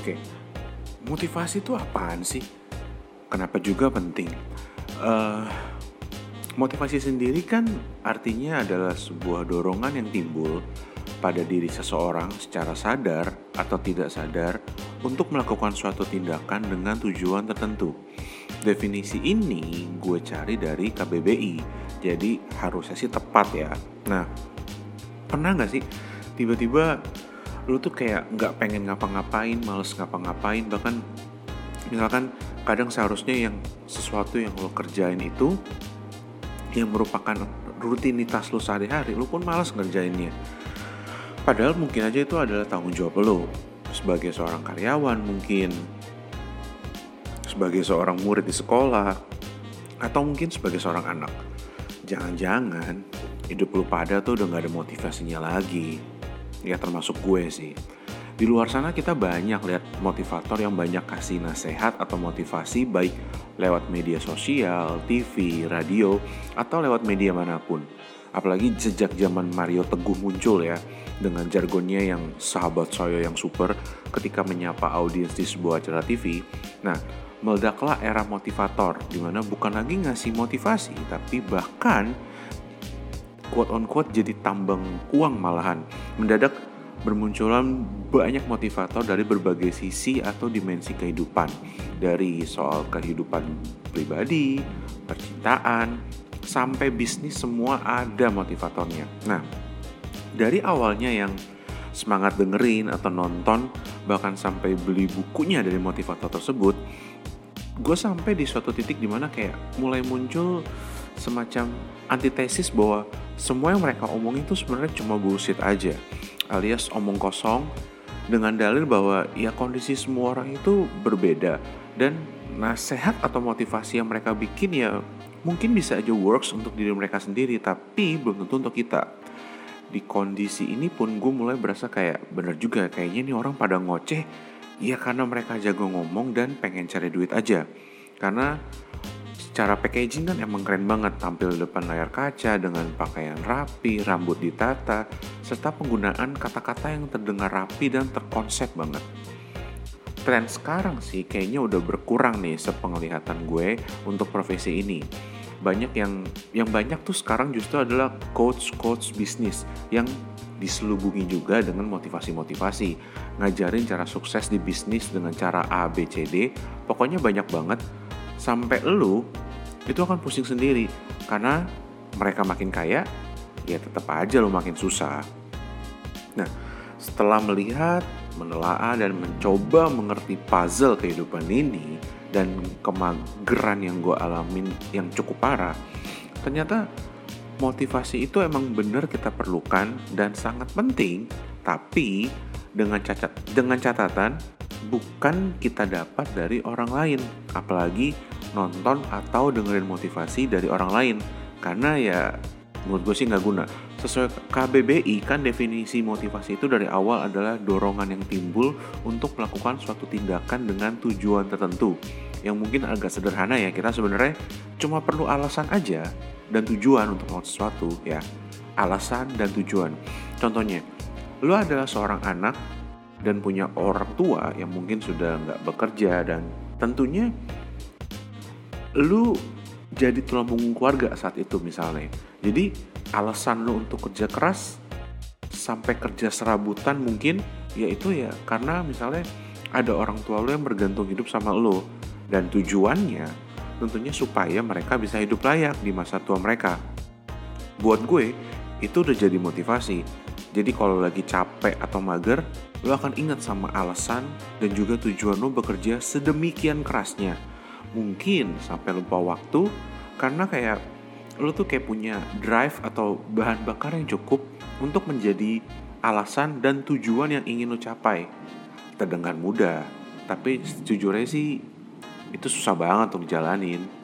Oke, motivasi itu apaan sih? Kenapa juga penting? Eh, Motivasi sendiri kan artinya adalah sebuah dorongan yang timbul pada diri seseorang secara sadar atau tidak sadar untuk melakukan suatu tindakan dengan tujuan tertentu. Definisi ini gue cari dari KBBI, jadi harusnya sih tepat ya. Nah, pernah gak sih tiba-tiba lu tuh kayak gak pengen ngapa-ngapain, males ngapa-ngapain, bahkan misalkan kadang seharusnya yang sesuatu yang lo kerjain itu yang merupakan rutinitas lo sehari-hari, lo pun malas ngerjainnya. Padahal mungkin aja itu adalah tanggung jawab lo sebagai seorang karyawan, mungkin sebagai seorang murid di sekolah, atau mungkin sebagai seorang anak. Jangan-jangan hidup lo pada tuh udah gak ada motivasinya lagi. Ya termasuk gue sih. Di luar sana kita banyak lihat motivator yang banyak kasih nasihat atau motivasi baik lewat media sosial, TV, radio, atau lewat media manapun. Apalagi sejak zaman Mario Teguh muncul ya, dengan jargonnya yang sahabat saya yang super ketika menyapa audiens di sebuah acara TV. Nah, meledaklah era motivator, dimana bukan lagi ngasih motivasi, tapi bahkan quote on quote jadi tambang uang malahan. Mendadak bermunculan banyak motivator dari berbagai sisi atau dimensi kehidupan. Dari soal kehidupan pribadi, percintaan, sampai bisnis semua ada motivatornya. Nah, dari awalnya yang semangat dengerin atau nonton, bahkan sampai beli bukunya dari motivator tersebut, gue sampai di suatu titik dimana kayak mulai muncul semacam antitesis bahwa semua yang mereka omongin itu sebenarnya cuma bullshit aja, alias omong kosong, dengan dalil bahwa ya kondisi semua orang itu berbeda dan nasihat atau motivasi yang mereka bikin ya mungkin bisa aja works untuk diri mereka sendiri, tapi belum tentu untuk kita. Di kondisi ini pun gue mulai berasa kayak bener juga, kayaknya nih orang pada ngoceh ya karena mereka jago ngomong dan pengen cari duit aja. Karena secara packaging kan emang keren banget, tampil di depan layar kaca dengan pakaian rapi, rambut ditata, serta penggunaan kata-kata yang terdengar rapi dan terkonsep banget. Tren sekarang sih kayaknya udah berkurang nih sepenglihatan gue untuk profesi ini. Banyak yang banyak tuh sekarang justru adalah coach bisnis yang diselubungi juga dengan motivasi-motivasi, ngajarin cara sukses di bisnis dengan cara A, B, C, D, pokoknya banyak banget. Sampai lu itu akan pusing sendiri karena mereka makin kaya, ya tetap aja lu makin susah. Nah, setelah melihat, menelaah dan mencoba mengerti puzzle kehidupan ini dan kemageran yang gue alamin yang cukup parah, ternyata motivasi itu emang benar kita perlukan dan sangat penting, tapi dengan catatan bukan kita dapat dari orang lain, apalagi nonton atau dengerin motivasi dari orang lain, karena ya menurut gue sih nggak guna. Sesuai KBBI kan definisi motivasi itu dari awal adalah dorongan yang timbul untuk melakukan suatu tindakan dengan tujuan tertentu, yang mungkin agak sederhana ya, kita sebenarnya cuma perlu alasan aja dan tujuan untuk melakukan sesuatu ya, alasan dan tujuan. Contohnya, lu adalah seorang anak dan punya orang tua yang mungkin sudah nggak bekerja dan tentunya lu jadi tulang punggung keluarga saat itu misalnya. Jadi alasan lu untuk kerja keras sampai kerja serabutan mungkin yaitu ya karena misalnya ada orang tua lu yang bergantung hidup sama lu, dan tujuannya tentunya supaya mereka bisa hidup layak di masa tua mereka. Buat gue itu udah jadi motivasi. Jadi kalau lagi capek atau mager, lo akan ingat sama alasan dan juga tujuan lo bekerja sedemikian kerasnya. Mungkin sampai lupa waktu karena kayak lo tuh kayak punya drive atau bahan bakar yang cukup untuk menjadi alasan dan tujuan yang ingin lo capai. Terdengar mudah, tapi sejujurnya sih itu susah banget untuk dijalanin.